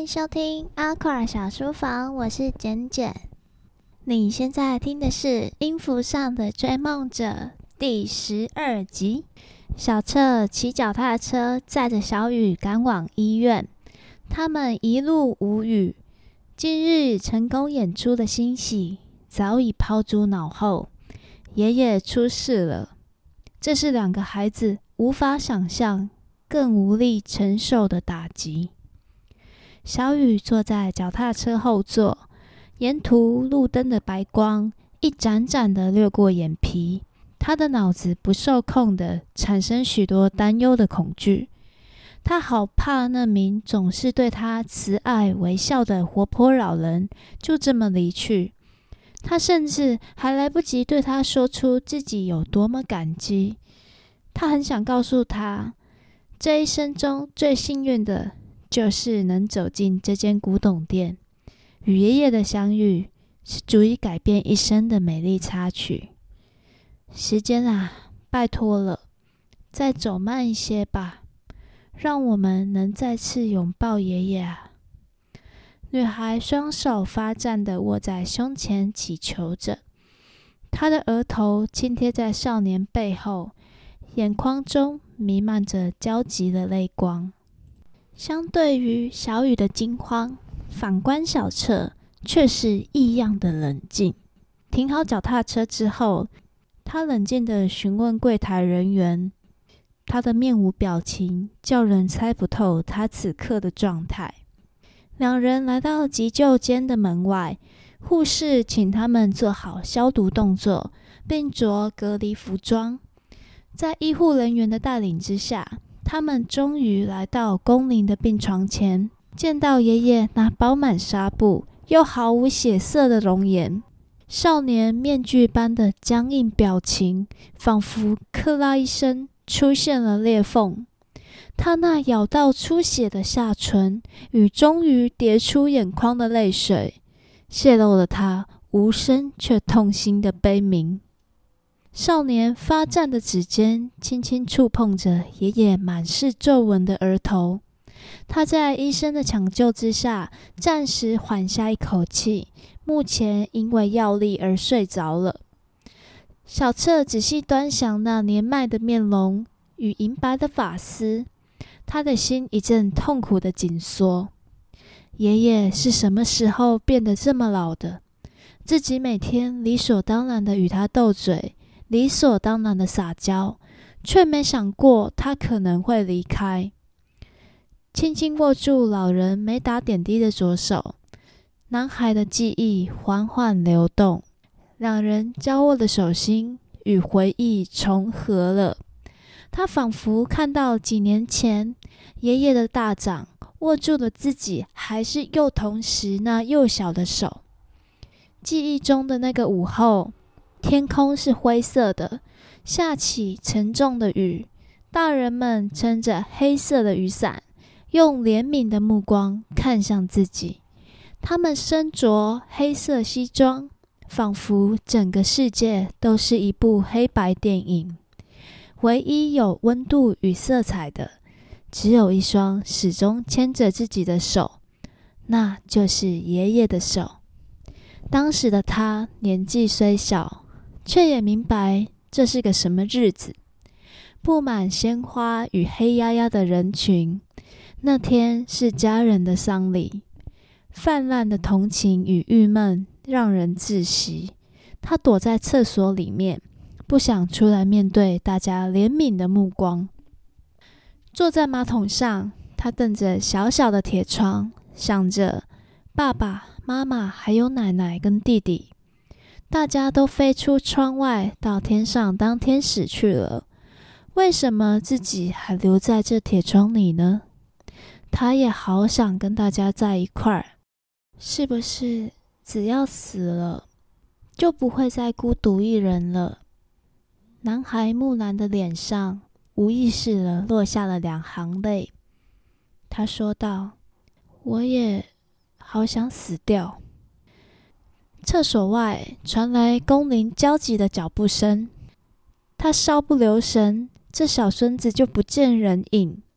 迎收听阿库尔小书房，我是简简。你现在听的是《音符上的追梦者》第12集。小澈骑脚踏车载着小雨赶往医院，他们一路无语。今日成功演出的欣喜早已抛诸脑后，爷爷出事了，这是两个孩子无法想象更无力承受的打击。小雨坐在脚踏车后座，沿途路灯的白光一盏盏的掠过眼皮，他的脑子不受控的产生许多担忧的恐惧。他好怕那名总是对他慈爱微笑的活泼老人就这么离去。他甚至还来不及对他说出自己有多么感激。他很想告诉他，这一生中最幸运的就是能走进这间古董店，与爷爷的相遇是足以改变一生的美丽插曲。时间啊，拜托了，再走慢一些吧，让我们能再次拥抱爷爷啊！女孩双手发颤地握在胸前祈求着，她的额头轻贴在少年背后，眼眶中弥漫着焦急的泪光。相对于小雨的惊慌，反观小澈却是异样的冷静。停好脚踏车之后，他冷静地询问柜台人员，他的面无表情，叫人猜不透他此刻的状态。两人来到急救间的门外，护士请他们做好消毒动作，并着隔离服装。在医护人员的带领之下，他们终于来到工龄的病床前，见到爷爷那饱满纱布又毫无血色的容颜，少年面具般的僵硬表情，仿佛克拉一声出现了裂缝。他那咬到出血的下唇与终于跌出眼眶的泪水，泄露了他无声却痛心的悲鸣。少年发颤的指尖轻轻触碰着爷爷满是皱纹的额头，他在医生的抢救之下暂时缓下一口气，目前因为药力而睡着了。小澈仔细端详那年迈的面容与银白的发丝，他的心一阵痛苦的紧缩。爷爷是什么时候变得这么老的？自己每天理所当然的与他斗嘴，理所当然的撒娇，却没想过他可能会离开。轻轻握住老人没打点滴的左手，男孩的记忆缓缓流动，两人交握的手心与回忆重合了。他仿佛看到几年前爷爷的大掌握住了自己还是幼童时那幼小的手。记忆中的那个午后，天空是灰色的，下起沉重的雨，大人们撑着黑色的雨伞，用怜悯的目光看向自己。他们身着黑色西装，仿佛整个世界都是一部黑白电影。唯一有温度与色彩的，只有一双始终牵着自己的手，那就是爷爷的手。当时的他年纪虽小，却也明白这是个什么日子。布满鲜花与黑压压的人群，那天是家人的丧礼。泛滥的同情与郁闷让人窒息。他躲在厕所里面，不想出来面对大家怜悯的目光。坐在马桶上，他瞪着小小的铁窗，想着爸爸妈妈还有奶奶跟弟弟，大家都飞出窗外到天上当天使去了，为什么自己还留在这铁窗里呢？他也好想跟大家在一块儿，是不是只要死了就不会再孤独一人了？男孩木兰的脸上无意识地落下了2行泪。他说道，我也好想死掉。厕所外传来工龄焦急的脚步声，他稍不留神，这小孙子就不见人影。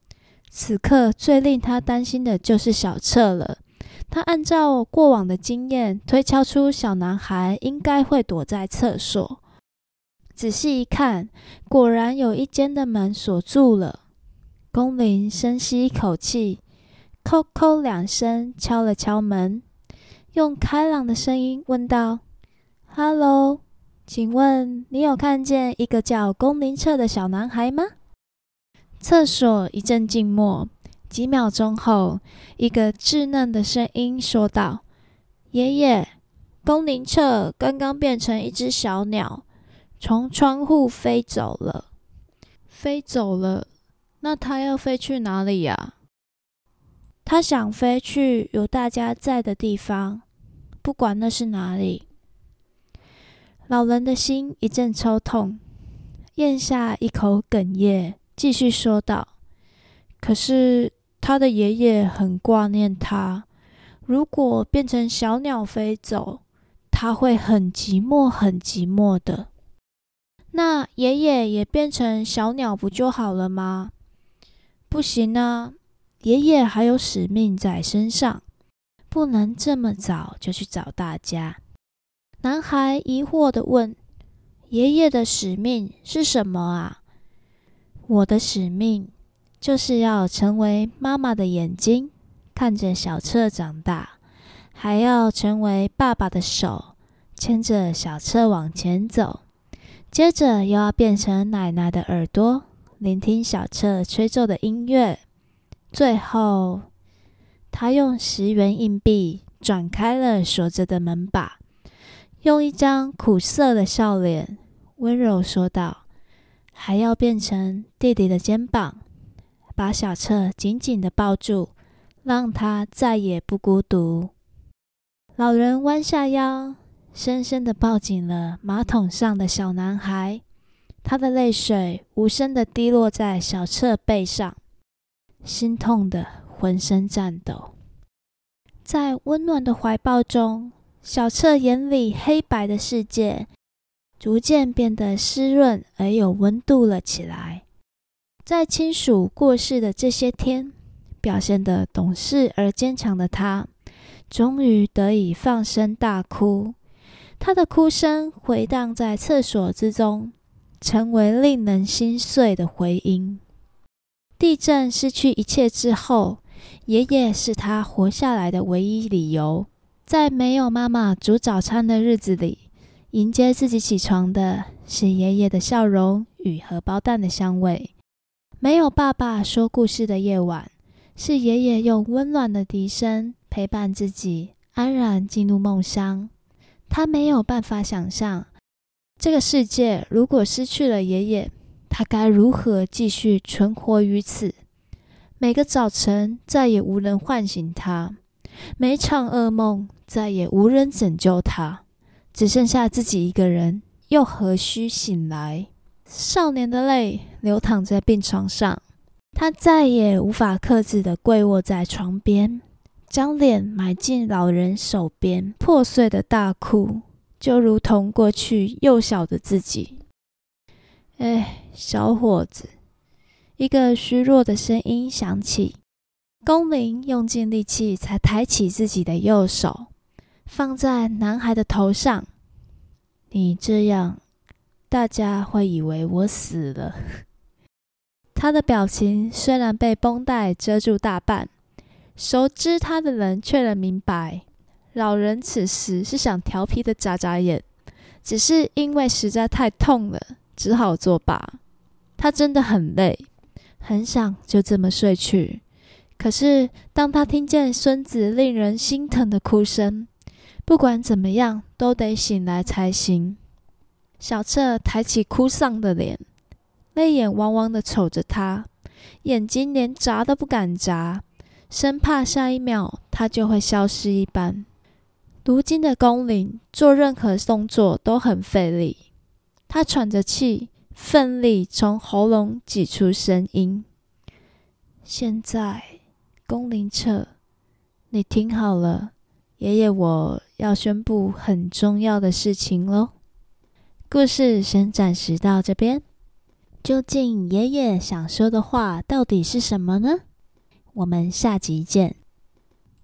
此刻最令他担心的就是小彻了。他按照过往的经验推敲出小男孩应该会躲在厕所。仔细一看，果然有一间的门锁住了。宫铃深吸一口气，叩叩2声敲了敲门，用开朗的声音问道：“哈喽，请问你有看见一个叫宫铃彻的小男孩吗？”厕所一阵静默，几秒钟后，一个稚嫩的声音说道：“爷爷，宫铃彻刚刚变成一只小鸟，从窗户飞走了。”飞走了？那他要飞去哪里呀？他想飞去有大家在的地方，不管那是哪里。老人的心一阵抽痛，咽下一口哽咽，继续说道：“可是他的爷爷很挂念他，如果变成小鸟飞走，他会很寂寞很寂寞的。”那爷爷也变成小鸟不就好了吗？不行啊，爷爷还有使命在身上，不能这么早就去找大家。男孩疑惑地问：“爷爷的使命是什么啊？”“我的使命就是要成为妈妈的眼睛，看着小彻长大，还要成为爸爸的手，牵着小彻往前走，接着又要变成奶奶的耳朵，聆听小彻吹奏的音乐。最后，他用10元硬币转开了锁着的门把，用一张苦涩的笑脸温柔说道：“还要变成弟弟的肩膀，把小彻紧紧地抱住，让他再也不孤独。”老人弯下腰，深深地抱紧了马桶上的小男孩，他的泪水无声地滴落在小彻背上，心痛得浑身颤抖。在温暖的怀抱中，小彻眼里黑白的世界逐渐变得湿润而有温度了起来。在亲属过世的这些天，表现得懂事而坚强的他，终于得以放声大哭。他的哭声回荡在厕所之中，成为令人心碎的回音。地震失去一切之后，爷爷是他活下来的唯一理由。在没有妈妈煮早餐的日子里，迎接自己起床的是爷爷的笑容与荷包蛋的香味。没有爸爸说故事的夜晚，是爷爷用温暖的笛声陪伴自己安然进入梦乡。他没有办法想象，这个世界如果失去了爷爷，他该如何继续存活于此。每个早晨再也无人唤醒他，每场噩梦再也无人拯救他，只剩下自己一个人，又何须醒来？少年的泪流淌在病床上，他再也无法克制地跪卧在床边，将脸埋进老人手边，破碎的大哭，就如同过去幼小的自己。小伙子，一个虚弱的声音响起。宫铃用尽力气才抬起自己的右手，放在男孩的头上。你这样，大家会以为我死了。他的表情虽然被绷带遮住大半，熟知他的人却能明白，老人此时是想调皮的眨眨眼，只是因为实在太痛了，只好作罢。他真的很累，很想就这么睡去。可是当他听见孙子令人心疼的哭声，不管怎么样都得醒来才行。小彻抬起哭丧的脸，泪眼汪汪地瞅着他，眼睛连眨都不敢眨，生怕下一秒他就会消失一般。如今的宫铃做任何动作都很费力，他喘着气，奋力从喉咙挤出声音。现在，宫铃彻，你听好了，爷爷我要宣布很重要的事情咯。故事先暂时到这边，究竟爷爷想说的话到底是什么呢？ 我们下集见。